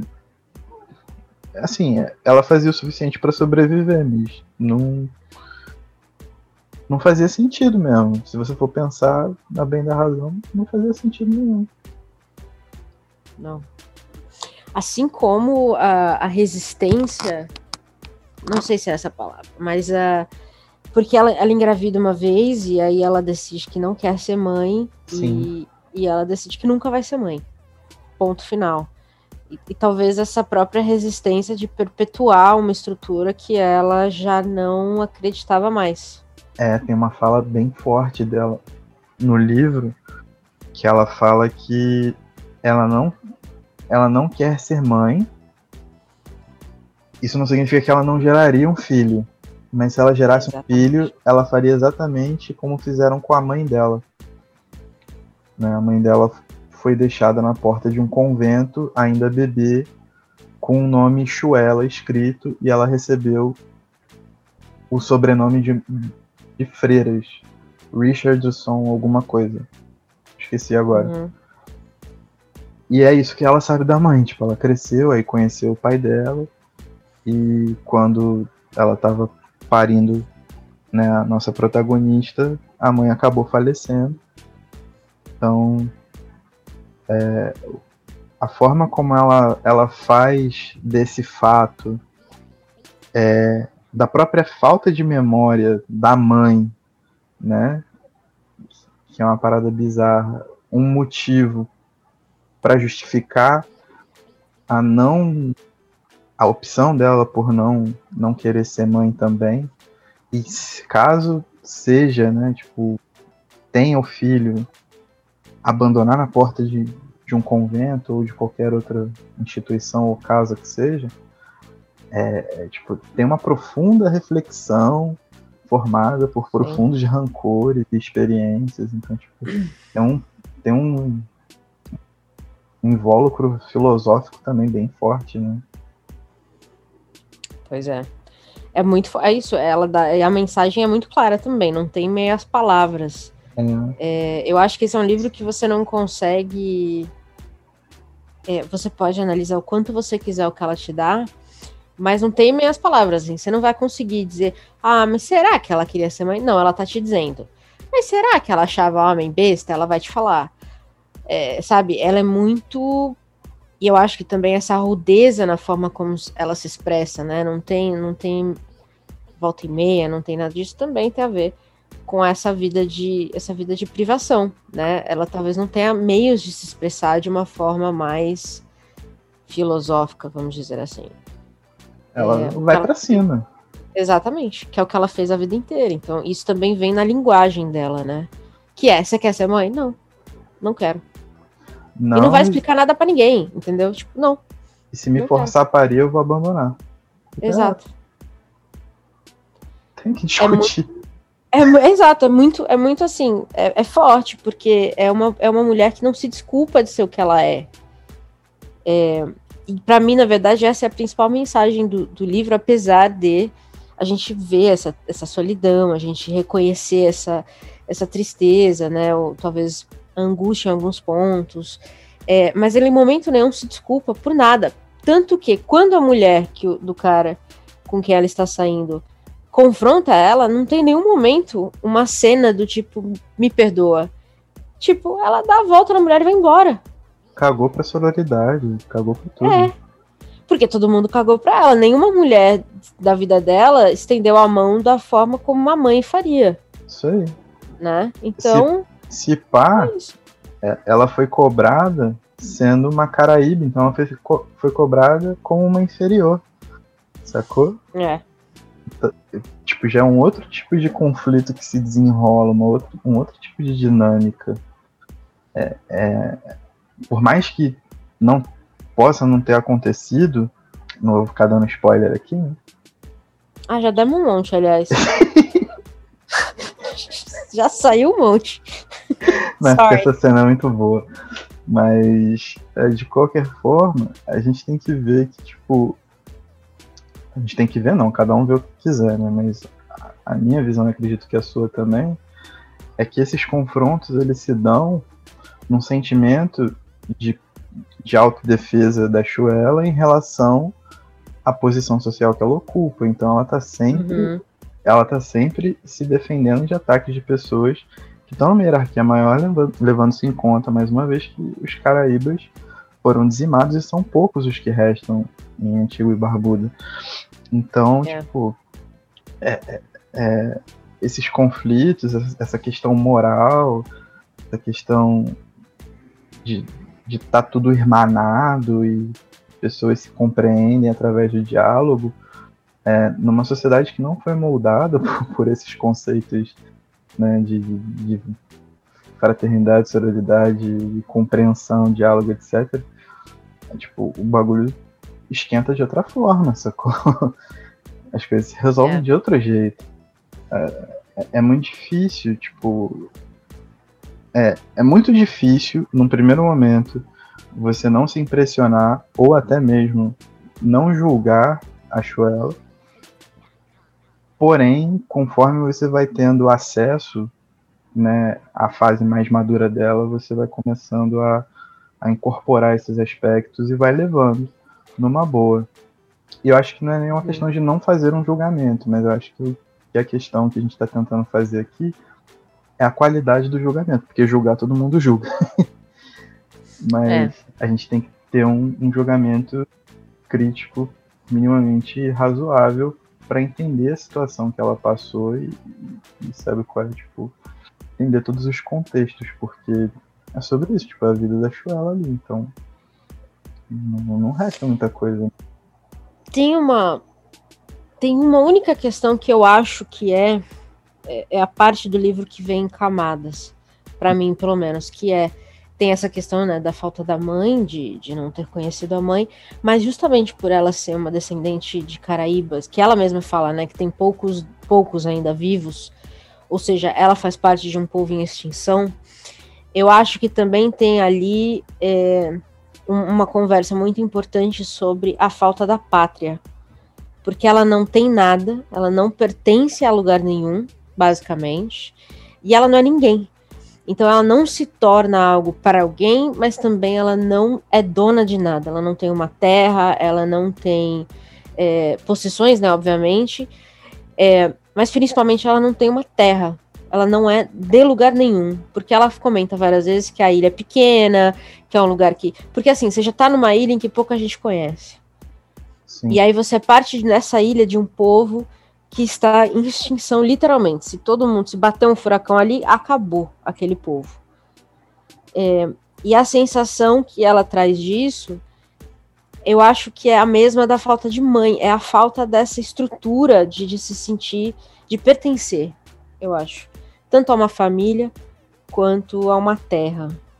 assim, ela fazia o suficiente para sobreviver, mas não, não fazia sentido mesmo. Se você for pensar na bem da razão, não fazia sentido nenhum. Não. Assim como a, a resistência, não sei se é essa palavra, mas a, porque ela, ela engravida uma vez e aí ela decide que não quer ser mãe e, e ela decide que nunca vai ser mãe. Ponto final. E, e talvez essa própria resistência de perpetuar uma estrutura que ela já não acreditava mais. É, tem uma fala bem forte dela no livro, que ela fala que ela não, ela não quer ser mãe. Isso não significa que ela não geraria um filho, mas se ela gerasse exatamente. um filho, ela faria exatamente como fizeram com a mãe dela. Né? A mãe dela foi deixada na porta de um convento, ainda bebê, com o nome Shuela escrito, e ela recebeu o sobrenome de, de Freiras, Richardson alguma coisa. Esqueci agora. Uhum. E é isso que ela sabe da mãe, tipo, ela cresceu, aí conheceu o pai dela, e quando ela estava parindo, né, a nossa protagonista, a mãe acabou falecendo. Então, é, a forma como ela, ela faz desse fato, é, da própria falta de memória da mãe, né, que é uma parada bizarra, um motivo para justificar a não a opção dela por não não querer ser mãe também, e caso seja, né, tipo, tenha o filho, abandonar na porta de, de um convento ou de qualquer outra instituição ou casa que seja, é, é, tipo, tem uma profunda reflexão formada por profundos Sim. rancores e experiências. Então, tipo, tem um, tem um invólucro filosófico também bem forte, né? Pois é. É muito, é isso, ela dá, a mensagem é muito clara também, não tem meias palavras. É. É, eu acho que esse é um livro que você não consegue... É, você pode analisar o quanto você quiser o que ela te dá, mas não tem meias palavras, assim, você não vai conseguir dizer, ah, mas será que ela queria ser mãe? Não, ela tá te dizendo. Mas será que ela achava homem besta? Ela vai te falar. É, sabe, ela é muito... E eu acho que também essa rudeza na forma como ela se expressa, né? Não tem, não tem volta e meia, não tem nada disso, também tem a ver com essa vida de, essa vida de privação, né? Ela talvez não tenha meios de se expressar de uma forma mais filosófica, vamos dizer assim. Ela é, vai ela... para cima. Exatamente, que é o que ela fez a vida inteira. Então, isso também vem na linguagem dela, né? Que é, você quer ser mãe? Não, não quero. Não, e não vai explicar nada pra ninguém, entendeu? Tipo, não. E se me não forçar a parir, eu vou abandonar. Exato. É, tem que discutir. É, é, exato, é muito, é muito assim, é, é forte, porque é uma, é uma mulher que não se desculpa de ser o que ela é. É, e pra mim, na verdade, essa é a principal mensagem do, do livro, apesar de a gente ver essa, essa solidão, a gente reconhecer essa, essa tristeza, né, ou talvez angústia em alguns pontos, é, mas ele em momento nenhum se desculpa por nada. Tanto que quando a mulher que, do cara com quem ela está saindo confronta ela, não tem nenhum momento uma cena do tipo, me perdoa. Tipo, ela dá a volta na mulher e vai embora. Cagou pra sororidade, cagou pra tudo. É, porque todo mundo cagou pra ela. Nenhuma mulher da vida dela estendeu a mão da forma como uma mãe faria. Isso aí. Né? Então... Se, se pá, é ela foi cobrada sendo uma Caraíba, então ela foi, foi cobrada como uma inferior. Sacou? É. Tipo, já é um outro tipo de conflito que se desenrola, uma outra, um outro tipo de dinâmica. É, é, por mais que não possa não ter acontecido, não vou ficar dando spoiler aqui, né? Ah, já demos um monte, aliás. Já saiu um monte. Mas essa cena é muito boa. Mas, de qualquer forma, a gente tem que ver que, tipo... A gente tem que ver, não. Cada um vê o que quiser, né? Mas a minha visão, eu acredito que a sua também, é que esses confrontos, eles se dão num sentimento de, de autodefesa da Shuela em relação à posição social que ela ocupa. Então, ela tá sempre... Uhum. Ela tá sempre se defendendo de ataques de pessoas que estão numa hierarquia maior, levando-se em conta, mais uma vez, que os Caraíbas foram dizimados e são poucos os que restam em Antigua e Barbuda. Então, é. tipo, é, é, é, esses conflitos, essa questão moral, essa questão de de estar tá tudo irmanado e pessoas se compreendem através do diálogo, é, numa sociedade que não foi moldada por, por esses conceitos, né, de, de fraternidade, sororidade, compreensão, diálogo, etcétera. É, tipo, o bagulho esquenta de outra forma, sacou? As coisas se resolvem é. de outro jeito. É, é, é muito difícil, tipo... É, é muito difícil, num primeiro momento, você não se impressionar ou até mesmo não julgar a Shuela. Porém, conforme você vai tendo acesso, né, à fase mais madura dela, você vai começando a, a incorporar esses aspectos e vai levando numa boa. E eu acho que não é nenhuma questão de não fazer um julgamento, mas eu acho que, que a questão que a gente está tentando fazer aqui é a qualidade do julgamento, porque julgar todo mundo julga. Mas é. a gente tem que ter um, um julgamento crítico minimamente razoável para entender a situação que ela passou e, e sabe qual é, tipo, entender todos os contextos, porque é sobre isso, tipo, a vida da Shuela ali, então não, não resta muita coisa. Tem uma tem uma única questão que eu acho que é é a parte do livro que vem em camadas, para mim, pelo menos, que é, tem essa questão, né, da falta da mãe, de, de não ter conhecido a mãe, mas justamente por ela ser uma descendente de Caraíbas, que ela mesma fala, né, que tem poucos, poucos ainda vivos, ou seja, ela faz parte de um povo em extinção, eu acho que também tem ali é, um, uma conversa muito importante sobre a falta da pátria, porque ela não tem nada, ela não pertence a lugar nenhum, basicamente, e ela não é ninguém. Então ela não se torna algo para alguém, mas também ela não é dona de nada. Ela não tem uma terra, ela não tem é, possessões, né, obviamente, é, mas principalmente ela não tem uma terra. Ela não é de lugar nenhum, porque ela comenta várias vezes que a ilha é pequena, que é um lugar que... Porque assim, você já tá numa ilha em que pouca gente conhece. Sim. E aí você parte nessa ilha de um povo que está em extinção, literalmente. Se todo mundo, se bater um furacão ali, acabou aquele povo. É, e a sensação que ela traz disso, eu acho que é a mesma da falta de mãe, é a falta dessa estrutura de, de se sentir, de pertencer, eu acho. Tanto a uma família, quanto a uma terra.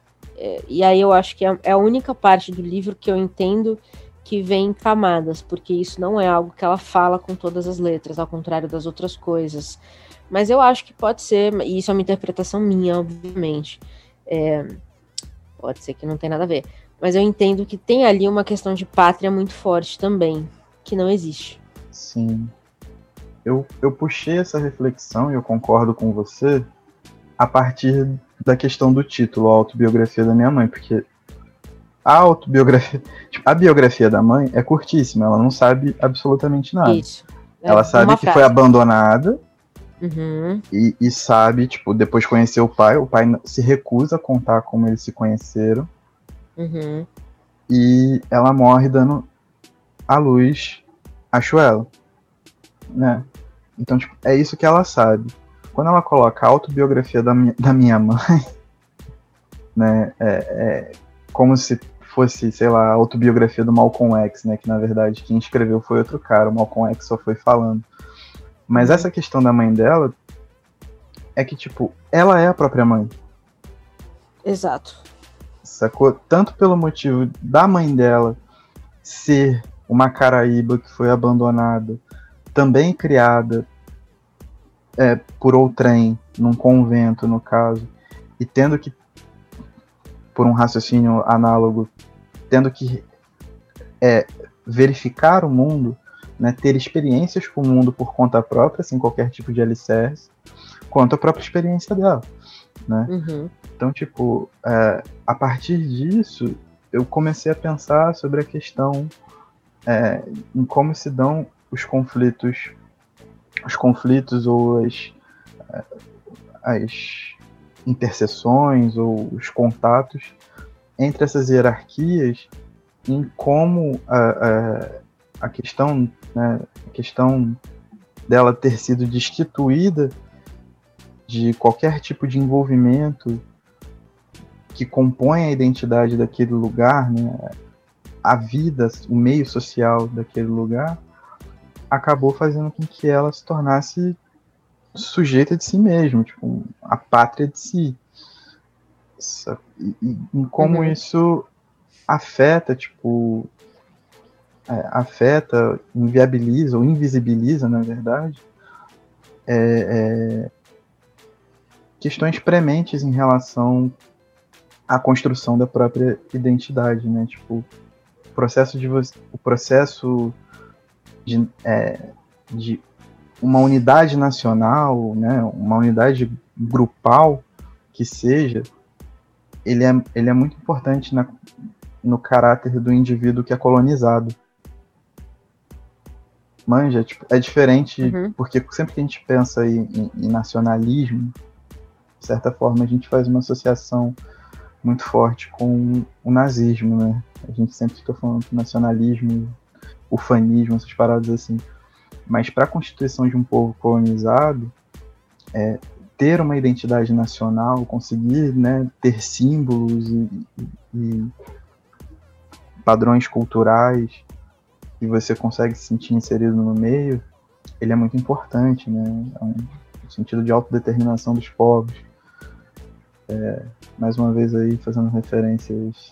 é, e aí eu acho que é, é a única parte do livro que eu entendo que vem em camadas, porque isso não é algo que ela fala com todas as letras, ao contrário das outras coisas. Mas eu acho que pode ser, e isso é uma interpretação minha, obviamente. É, pode ser que não tenha nada a ver. Mas eu entendo que tem ali uma questão de pátria muito forte também, que não existe. Sim. Eu, eu puxei essa reflexão, e eu concordo com você, a partir da questão do título, a autobiografia da minha mãe, porque a autobiografia, tipo, a biografia da mãe é curtíssima, ela não sabe absolutamente nada. Isso. É ela sabe que frase. foi abandonada, uhum. e, e sabe, tipo, depois conheceu o pai, o pai se recusa a contar como eles se conheceram, Uhum. e ela morre dando à luz a Chuela, né? Então, tipo, é isso que ela sabe. Quando ela coloca a autobiografia da minha, da minha mãe, né, é, é como se fosse, sei lá, a autobiografia do Malcolm X, né, que na verdade quem escreveu foi outro cara, o Malcolm X só foi falando. Mas Uhum. essa questão da mãe dela é que, tipo, ela é a própria mãe. Exato. Sacou? Tanto pelo motivo da mãe dela ser uma caraíba que foi abandonada, também criada é, por outrem, num convento, no caso, e tendo que, por um raciocínio análogo, tendo que é, verificar o mundo, né, ter experiências com o mundo por conta própria, sem qualquer tipo de alicerce, quanto a própria experiência dela, né? Uhum. Então, tipo, é, a partir disso, eu comecei a pensar sobre a questão é, em como se dão os conflitos, os conflitos ou as, as interseções ou os contatos entre essas hierarquias, em como a, a, a questão, né, a questão dela ter sido destituída de qualquer tipo de envolvimento que compõe a identidade daquele lugar, né, a vida, o meio social daquele lugar, acabou fazendo com que ela se tornasse sujeita de si mesma, tipo, a pátria de si. E, e, e como uhum. isso afeta, tipo, é, afeta, inviabiliza ou invisibiliza, na verdade, é, é, questões prementes em relação à construção da própria identidade, né? Tipo, o processo de você, o processo de, é, de uma unidade nacional, né? Uma unidade grupal que seja, ele é, ele é muito importante na, no caráter do indivíduo que é colonizado. Manja, tipo, é diferente, uhum. porque sempre que a gente pensa em, em, em nacionalismo, de certa forma a gente faz uma associação muito forte com o nazismo, né? A gente sempre fica falando que nacionalismo, ufanismo, essas paradas assim. Mas para a constituição de um povo colonizado, é, ter uma identidade nacional, conseguir, né, ter símbolos e, e padrões culturais que você consegue se sentir inserido no meio, ele é muito importante, né? É um, no sentido de autodeterminação dos povos. É, mais uma vez aí fazendo referências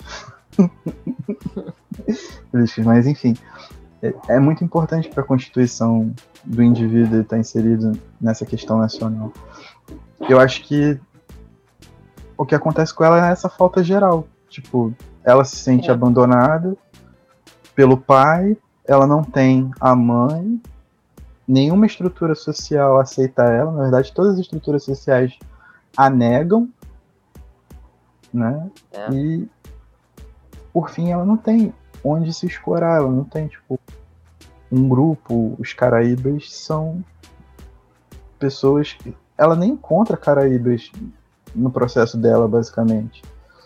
mas enfim, é, é muito importante para a constituição do indivíduo estar inserido nessa questão nacional. Eu acho que o que acontece com ela é essa falta geral, tipo, ela se sente é. abandonada pelo pai, ela não tem a mãe, nenhuma estrutura social aceita ela, na verdade todas as estruturas sociais a negam, né? É. E por fim ela não tem onde se escorar, ela não tem tipo um grupo. Os caraíbas são pessoas que ela nem encontra caraíbas no processo dela, basicamente.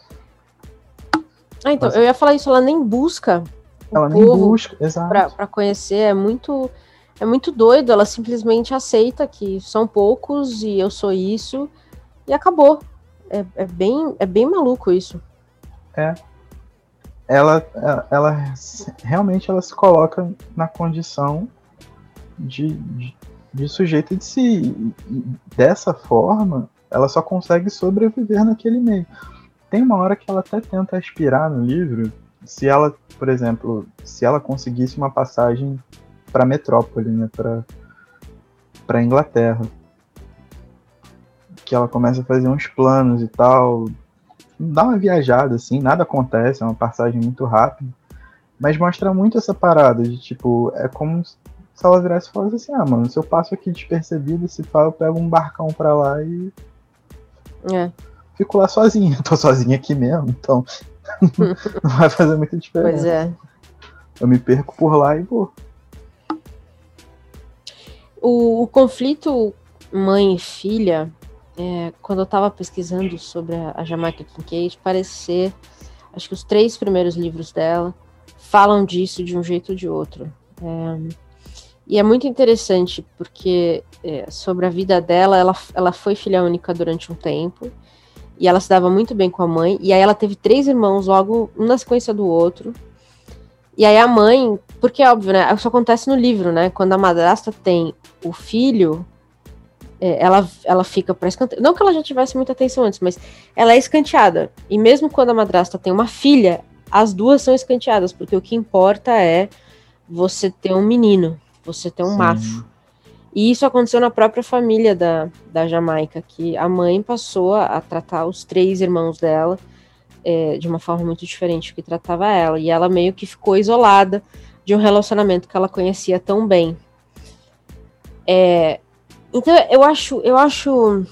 Ah, então, Mas, eu ia falar isso, ela nem busca ela nem busca, exato, pra, pra conhecer, é muito é muito doido, ela simplesmente aceita que são poucos e eu sou isso e acabou. É, é, bem, é bem maluco isso. É. Ela, ela, ela realmente ela se coloca na condição de, de, de sujeito de si. E dessa forma, ela só consegue sobreviver naquele meio. tem uma hora que ela até tenta aspirar no livro, se ela, por exemplo, se ela conseguisse uma passagem para Metrópole, né, para para Inglaterra, que ela começa a fazer uns planos e tal, dá uma viajada assim, nada acontece, é uma passagem muito rápida, mas mostra muito essa parada de tipo, é como se ela virasse e falasse assim, ah, mano, se eu passo aqui despercebido, se pá, eu pego um barcão pra lá e É. fico lá sozinha, tô sozinha aqui mesmo, então não vai fazer muita diferença. Pois é. Eu me perco por lá e vou. O, o conflito mãe e filha, é, quando eu estava pesquisando sobre a, a Jamaica Kincaid, parece ser, acho que os três primeiros livros dela falam disso de um jeito ou de outro. É, e é muito interessante, porque é, sobre a vida dela, ela, ela foi filha única durante um tempo, e ela se dava muito bem com a mãe, e aí ela teve três irmãos logo, um na sequência do outro. E aí a mãe, porque é óbvio, né? Isso acontece no livro, né? Quando a madrasta tem o filho, é, ela, ela fica para escanteio. Não que ela já tivesse muita atenção antes, mas ela é escanteada. E mesmo quando a madrasta tem uma filha, as duas são escanteadas, porque o que importa é você ter um menino, você ter um Sim. macho. E isso aconteceu na própria família da, da Jamaica, que a mãe passou a, a tratar os três irmãos dela É, de uma forma muito diferente do que tratava ela, e ela meio que ficou isolada de um relacionamento que ela conhecia tão bem. É, então eu acho, eu acho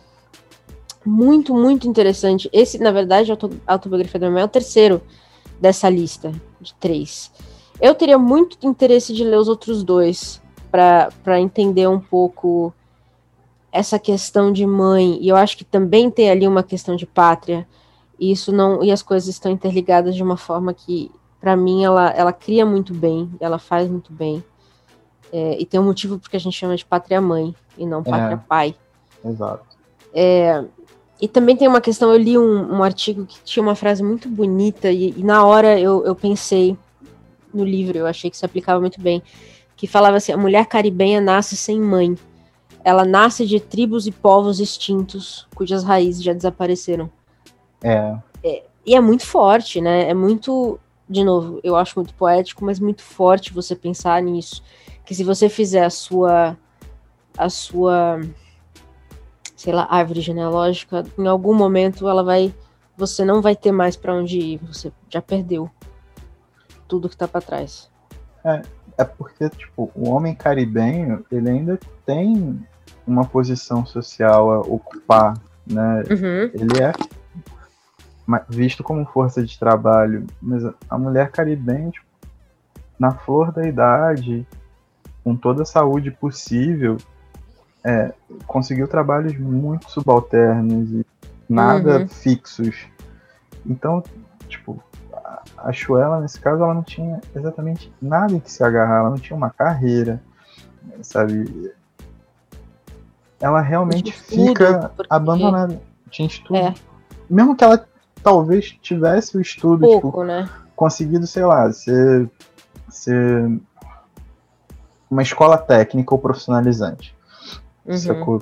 muito, muito interessante. Esse, na verdade, a autobiografia da minha mãe é o terceiro dessa lista de três. Eu teria muito interesse de ler os outros dois para entender um pouco essa questão de mãe, e eu acho que também tem ali uma questão de pátria. E isso não, e as coisas estão interligadas de uma forma que, para mim, ela, ela cria muito bem, ela faz muito bem. É, e tem um motivo porque a gente chama de pátria-mãe e não pátria-pai. É, exato. É, e também tem uma questão, eu li um, um artigo que tinha uma frase muito bonita, e, e na hora eu, eu pensei no livro, eu achei que se aplicava muito bem, que falava assim, a mulher caribenha nasce sem mãe. Ela nasce de tribos e povos extintos, cujas raízes já desapareceram. É. É, e é muito forte, né? É muito, de novo, eu acho muito poético, mas muito forte você pensar nisso. Que se você fizer a sua, a sua, sei lá, árvore genealógica, em algum momento ela vai, você não vai ter mais para onde ir. Você já perdeu tudo que tá para trás. É, é porque, tipo, o homem caribenho, ele ainda tem uma posição social a ocupar, né? Uhum. Ele é visto como força de trabalho, mas a mulher caribenha, tipo, na flor da idade, com toda a saúde possível, é, conseguiu trabalhos muito subalternos e nada Uhum. fixos. Então, tipo, a, a Shuela, nesse caso, ela não tinha exatamente nada em que se agarrar, ela não tinha uma carreira, sabe? Ela realmente Tinha fica estudo, porque- abandonada. Tinha estudo. É. Mesmo que ela talvez tivesse o estudo, Pouco, tipo, né? conseguido, sei lá, ser, ser uma escola técnica ou profissionalizante. Uhum. Sacou?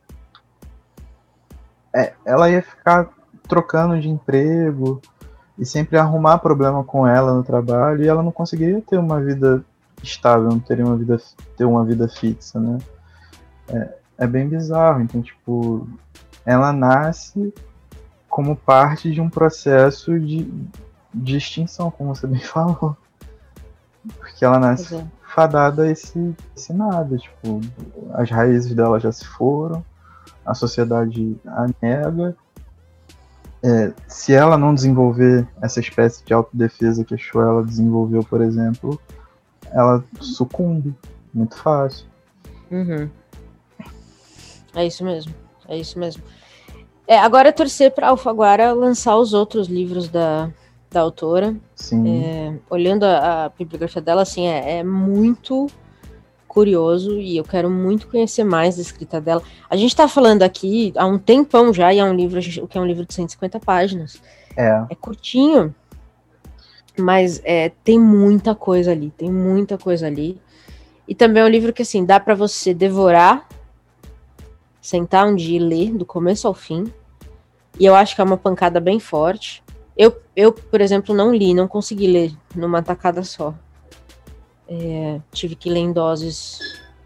É, ela ia ficar trocando de emprego e sempre arrumar problema com ela no trabalho, e ela não conseguiria ter uma vida estável, não teria uma vida, ter uma vida fixa, né? É, é bem bizarro. Então, tipo, ela nasce como parte de um processo de, de extinção, como você bem falou. Porque ela nasce Pois é. fadada a esse, esse nada. Tipo, as raízes dela já se foram, a sociedade a nega. É, se ela não desenvolver essa espécie de autodefesa que a Shuela desenvolveu, por exemplo, ela sucumbe muito fácil. Uhum. É isso mesmo, é isso mesmo. É, agora é torcer para a Alfaguara lançar os outros livros da, da autora. Sim. É, olhando a, a bibliografia dela, assim, é, é muito curioso e eu quero muito conhecer mais da escrita dela. A gente tá falando aqui há um tempão já, e é um livro, que é um livro de cento e cinquenta páginas. É. É curtinho, mas é, tem muita coisa ali, tem muita coisa ali. E também é um livro que, assim, dá para você devorar, sentar um dia e ler, do começo ao fim, E eu acho que é uma pancada bem forte. Eu, eu por exemplo, não li, não consegui ler numa tacada só. É, tive que ler em doses,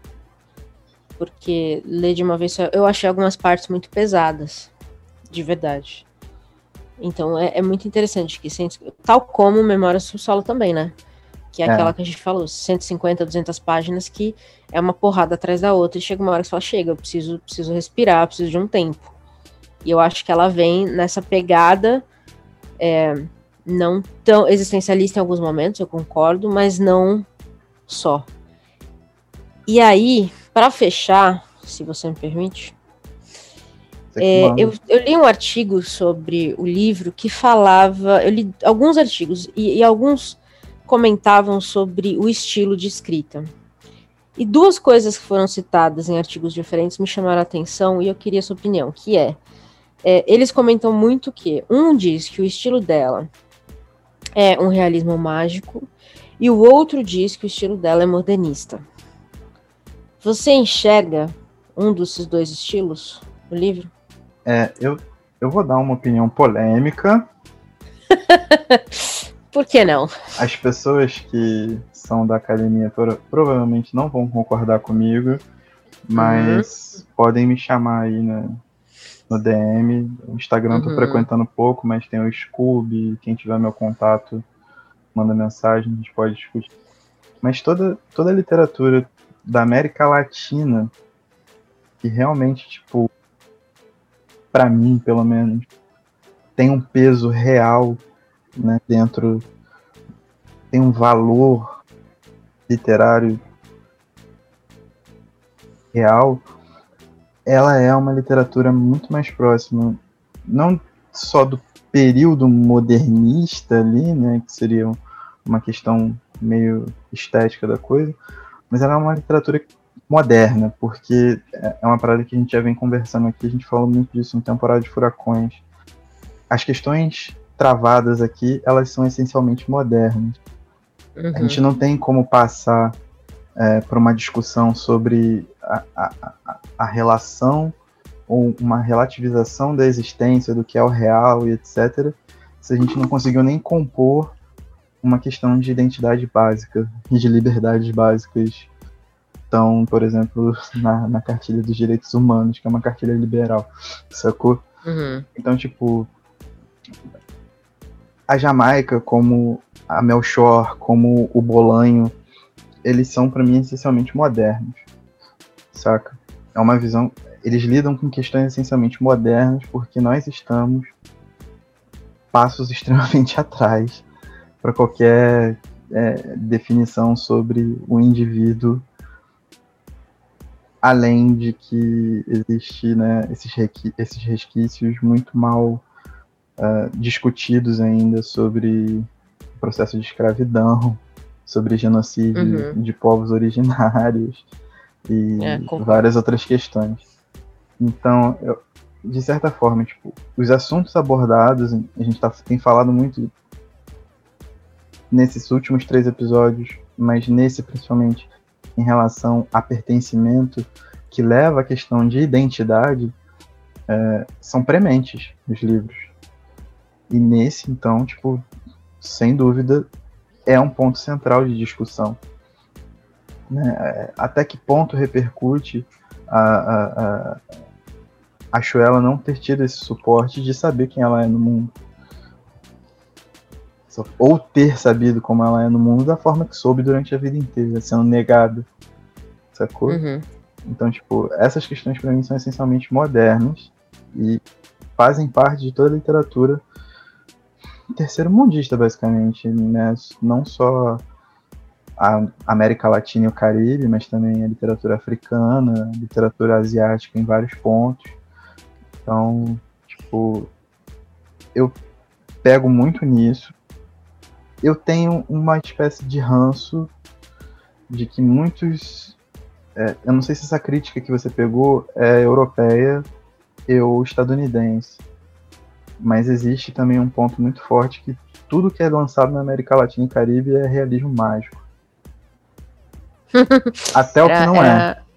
porque ler de uma vez só, eu achei algumas partes muito pesadas, de verdade. Então é, é muito interessante, que tal como Memórias do Subsolo também, né? Que é, é aquela que a gente falou, cento e cinquenta, duzentas páginas, que é uma porrada atrás da outra, e chega uma hora que você fala, chega, eu preciso, preciso respirar, eu preciso de um tempo. E eu acho que ela vem nessa pegada, é, não tão existencialista em alguns momentos, eu concordo, mas não só. E aí, para fechar, se você me permite, é, eu, eu li um artigo sobre o livro que falava, eu li alguns artigos, e, e alguns comentavam sobre o estilo de escrita. E duas coisas que foram citadas em artigos diferentes me chamaram a atenção e eu queria a sua opinião, que é, é eles comentam muito que um diz que o estilo dela é um realismo mágico e o outro diz que o estilo dela é modernista. Você enxerga um desses dois estilos no livro? É, eu, eu vou dar uma opinião polêmica. Por que não? As pessoas que são da academia pro, provavelmente não vão concordar comigo, mas uhum. podem me chamar aí no, no D M. O Instagram eu tô uhum. frequentando pouco, mas tem o Scooby, quem tiver meu contato, manda mensagem, a gente pode discutir. Mas toda, toda a literatura da América Latina, que realmente, tipo, pra mim, pelo menos, tem um peso real, né, dentro, tem um valor literário real, ela é uma literatura muito mais próxima, não só do período modernista ali, né, que seria uma questão meio estética da coisa, mas ela é uma literatura moderna, porque é uma parada que a gente já vem conversando aqui, a gente falou muito disso em Temporada de Furacões. As questões travadas aqui, elas são essencialmente modernas. Uhum. A gente não tem como passar é, por uma discussão sobre a, a, a, a relação ou uma relativização da existência, do que é o real e etcétera, se a gente não conseguiu nem compor uma questão de identidade básica e de liberdades básicas. Então, por exemplo, na, na cartilha dos direitos humanos, que é uma cartilha liberal, sacou? Uhum. Então, tipo, a Jamaica, como a Melchor, como o Bolanho, eles são, para mim, essencialmente modernos, saca? É uma visão... Eles lidam com questões essencialmente modernas porque nós estamos passos extremamente atrás para qualquer é, definição sobre o indivíduo, além de que existe, né, esses, requi- esses resquícios muito mal uh, discutidos ainda sobre o processo de escravidão, sobre genocídio uhum. de povos originários e é, várias outras questões. Então, eu, de certa forma, tipo, os assuntos abordados, a gente tá, tem falado muito nesses últimos três episódios, mas nesse principalmente, em relação a pertencimento, que leva à questão de identidade, é, são prementes nos livros. E nesse, então, tipo, sem dúvida, é um ponto central de discussão. Né? Até que ponto repercute a, a, a, a Shuela não ter tido esse suporte de saber quem ela é no mundo. Ou ter sabido como ela é no mundo da forma que soube durante a vida inteira, sendo negada. Sacou? Uhum. Então, tipo, essas questões para mim são essencialmente modernas e fazem parte de toda a literatura terceiro-mundista, basicamente, né? Não só a América Latina e o Caribe, mas também a literatura africana, a literatura asiática em vários pontos. Então, tipo, eu pego muito nisso. Eu tenho uma espécie de ranço de que muitos... É, eu não sei se essa crítica que você pegou é europeia ou estadunidense, mas existe também um ponto muito forte que tudo que é lançado na América Latina e Caribe é realismo mágico. Até o que não é.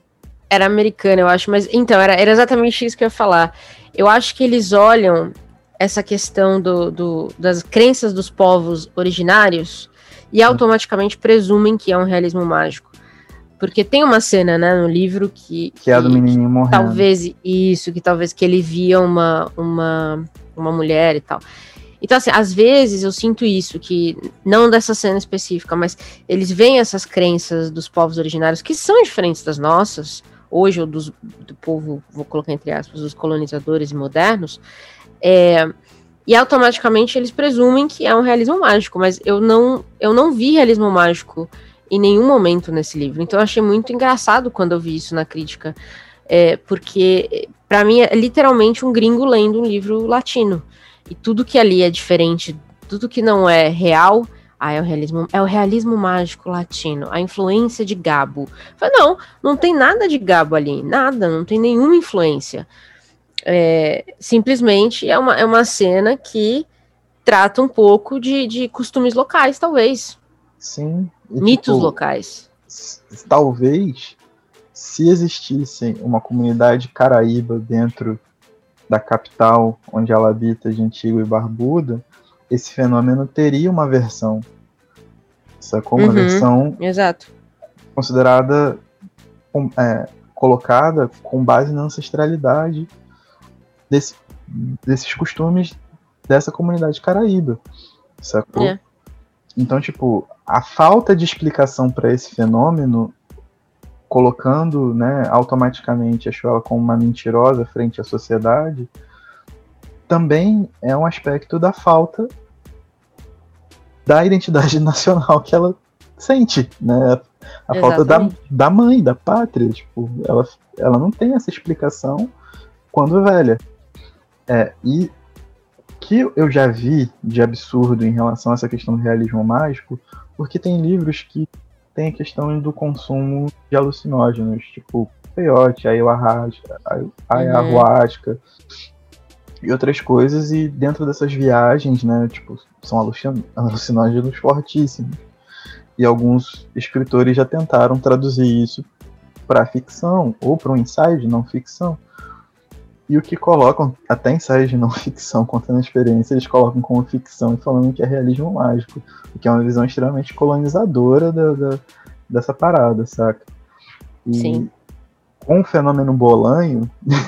Era americana, eu acho, mas então, era, era exatamente isso que eu ia falar. Eu acho que eles olham essa questão do, do, das crenças dos povos originários e automaticamente presumem que é um realismo mágico. Porque tem uma cena, né, no livro que... Que é a do menininho morrendo. Talvez, isso, que talvez que ele via uma, uma, uma mulher e tal. Então, assim, às vezes eu sinto isso, que não dessa cena específica, mas eles veem essas crenças dos povos originários, que são diferentes das nossas, hoje, ou dos, do povo, vou colocar entre aspas, dos colonizadores modernos, é, e automaticamente eles presumem que é um realismo mágico, mas eu não, eu não vi realismo mágico em nenhum momento nesse livro, então eu achei muito engraçado quando eu vi isso na crítica, é, porque para mim é literalmente um gringo lendo um livro latino, e tudo que ali é diferente, tudo que não é real, ah, é o realismo, é o realismo mágico latino, a influência de Gabo. Eu falei, não, não tem nada de Gabo ali, nada, não tem nenhuma influência. É, simplesmente é uma, é uma cena que trata um pouco de, de costumes locais, talvez. Sim. E, mitos tipo, locais. Talvez, se existisse uma comunidade caraíba dentro da capital onde ela habita, de Antigua e Barbuda, esse fenômeno teria uma versão, sacou? Uma Uhum, versão exato. considerada, é, colocada com base na ancestralidade desse, desses costumes dessa comunidade caraíba, sacou? É. Então, tipo, a falta de explicação para esse fenômeno, colocando, né, automaticamente a Xuela como uma mentirosa frente à sociedade, também é um aspecto da falta da identidade nacional que ela sente, né? A falta da, da mãe, da pátria. Tipo, ela, ela não tem essa explicação quando velha. É, e que eu já vi de absurdo em relação a essa questão do realismo mágico, porque tem livros que tem a questão do consumo de alucinógenos, tipo peyote, ayahuasca, ayahuasca uhum. e outras coisas, e dentro dessas viagens, né, tipo, são alucinógenos fortíssimos. E alguns escritores já tentaram traduzir isso para ficção ou para um ensaio de não ficção. E o que colocam, até ensaios de não ficção, contando a experiência, eles colocam como ficção e falando que é realismo mágico, o que é uma visão extremamente colonizadora da, da, dessa parada, saca? E sim. Com o fenômeno Bolanho...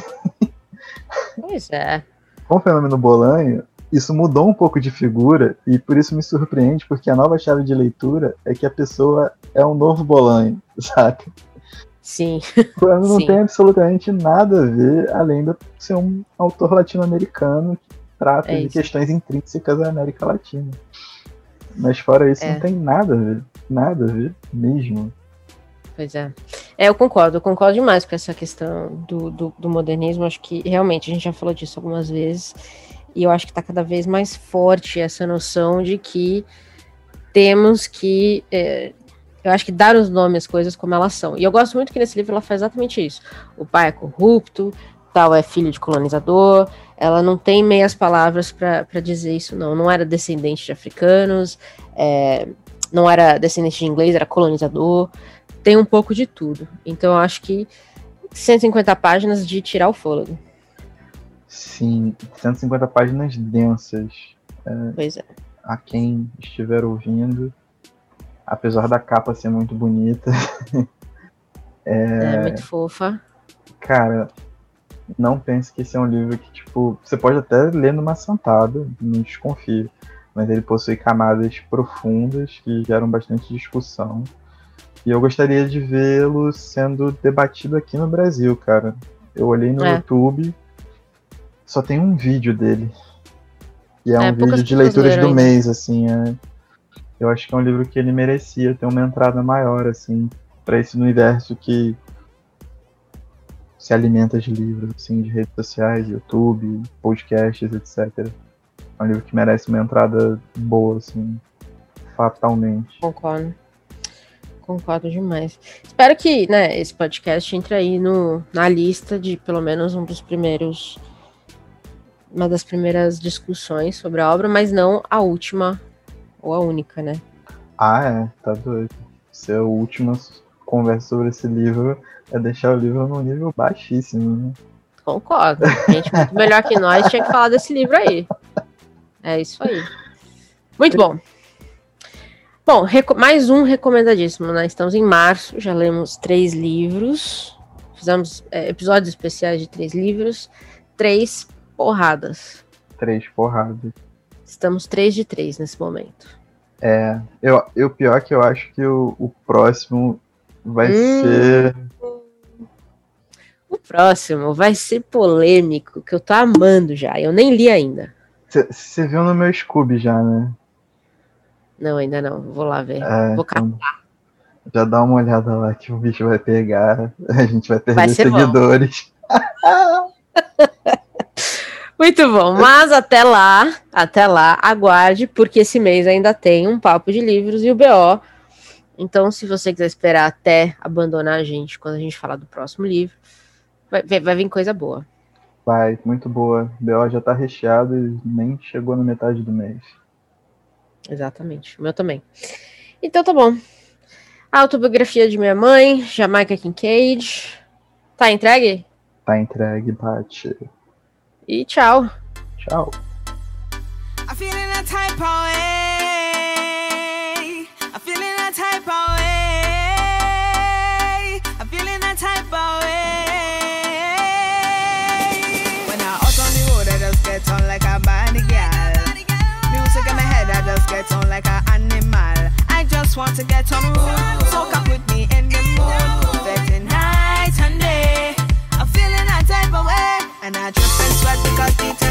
Pois é. Com o fenômeno Bolanho, isso mudou um pouco de figura, e por isso me surpreende, porque a nova chave de leitura é que a pessoa é um novo Bolanho, saca? Sim. Quando não Sim. tem absolutamente nada a ver, além de ser um autor latino-americano que trata é de isso. questões intrínsecas da América Latina. Mas fora isso, é. não tem nada a ver. Nada a ver mesmo. Pois é. É, eu concordo, eu concordo demais com essa questão do, do, do modernismo. Acho que realmente a gente já falou disso algumas vezes, e eu acho que está cada vez mais forte essa noção de que temos que... É, eu acho que dar os nomes às coisas como elas são. E eu gosto muito que nesse livro ela faz exatamente isso. O pai é corrupto, tal é filho de colonizador, ela não tem meias palavras para dizer isso, não. Não era descendente de africanos, é, não era descendente de inglês, era colonizador. Tem um pouco de tudo. Então eu acho que cento e cinquenta páginas de tirar o fôlego. Sim, cento e cinquenta páginas densas. É, pois é. A quem estiver ouvindo... Apesar da capa ser muito bonita. é... é muito fofa. Cara, não pense que esse é um livro que, tipo, você pode até ler numa sentada, não desconfie. Mas ele possui camadas profundas que geram bastante discussão. E eu gostaria de vê-lo sendo debatido aqui no Brasil, cara. Eu olhei no é. YouTube, só tem um vídeo dele. E é, é um vídeo de leituras do ainda. mês, assim, é... Eu acho que é um livro que ele merecia ter uma entrada maior, assim, para esse universo que se alimenta de livros, assim, de redes sociais, YouTube, podcasts, etcétera. É um livro que merece uma entrada boa, assim, fatalmente. Concordo. Concordo demais. Espero que, né, esse podcast entre aí no, na lista de pelo menos um dos primeiros, uma das primeiras discussões sobre a obra, mas não a última ou a única, né? Ah, é, tá doido. Ser a última conversa sobre esse livro é deixar o livro num nível baixíssimo, né? Concordo. Gente muito melhor que nós tinha que falar desse livro aí. É isso aí. Muito bom. Bom, mais um recomendadíssimo, né? Estamos em março, já lemos três livros. Fizemos é, episódios especiais de três livros. Três porradas. Três porradas. Estamos três de três nesse momento. É, eu, eu pior que eu acho que o, o próximo vai hum. ser... O próximo vai ser polêmico, que eu tô amando já. Eu nem li ainda. Você viu no meu Scooby já, né? Não, ainda não. Vou lá ver. É, Vou catar. Então, já dá uma olhada lá que o bicho vai pegar. A gente vai perder vai seguidores. Muito bom. Mas até lá, até lá, aguarde, porque esse mês ainda tem um Papo de Livros e o B O. Então, se você quiser esperar até abandonar a gente quando a gente falar do próximo livro, vai, vai vir coisa boa. Vai, muito boa. O B O já tá recheado e nem chegou na metade do mês. Exatamente, o meu também. Então tá bom. A autobiografia de minha mãe, Jamaica Kincaid. Tá entregue? Tá entregue, Paty. E tchau. Tchau. I'm feeling a type of way. I'm feeling a type of way. I'm feeling a type of way. When I out on the road, I just get on like a body girl. Music in my head, I just get on like an animal. I just want to get on the road, soak up with me in the mood. Better night and day, I'm feeling a type of way, and I just been sweat because the